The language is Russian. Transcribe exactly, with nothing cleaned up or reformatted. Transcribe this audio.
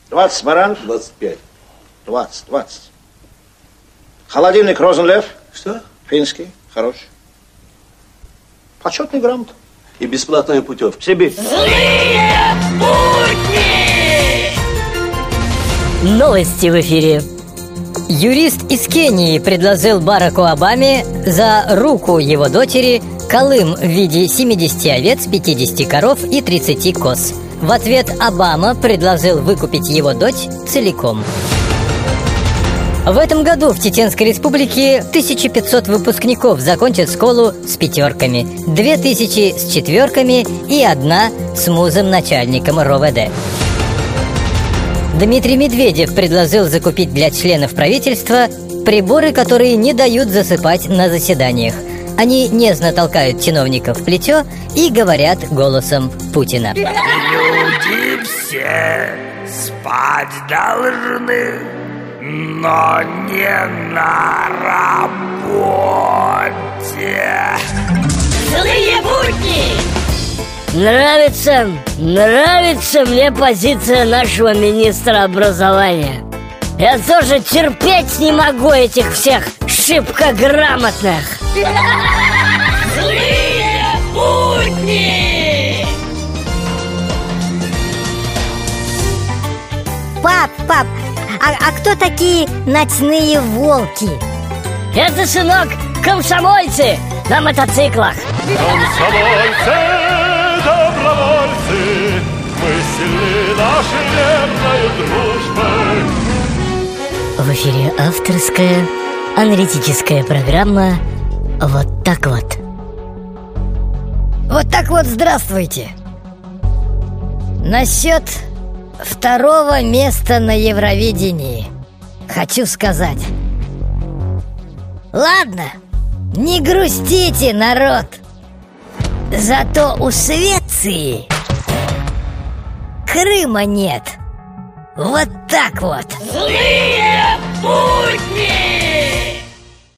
двадцать баранов. двадцать пять. двадцать, двадцать. Холодильник Розенлев. Что? Финский, хороший. Почетный грамота. И бесплатная путевка. В Сибирь. Злые будни! Новости в эфире. Юрист из Кении предложил Бараку Обаме за руку его дочери колым в виде семидесяти овец, пятидесяти коров и тридцати коз. В ответ Обама предложил выкупить его дочь целиком. В этом году в Чеченской Республике тысяча пятьсот выпускников закончат школу с пятерками, две тысячи с четверками и одна с музом-начальником РОВД. Дмитрий Медведев предложил закупить для членов правительства приборы, которые не дают засыпать на заседаниях. Они нежно толкают чиновников в плечо и говорят голосом Путина. Люди все спать должны, но не на работе. Злые будни! Нравится, нравится мне позиция нашего министра образования. Я тоже терпеть не могу этих всех шибко грамотных. Злые будни! Пап, пап, а, а кто такие ночные волки? Это, сынок, комсомольцы на мотоциклах. Комсомольцы, добровольцы, мы сильны нашей верной дружбой. В эфире авторская аналитическая программа «Вот так вот». Вот так вот, здравствуйте. Насчет второго места на Евровидении хочу сказать. Ладно, не грустите, народ. Зато у Швеции Крыма нет. Вот так вот. Злые будни!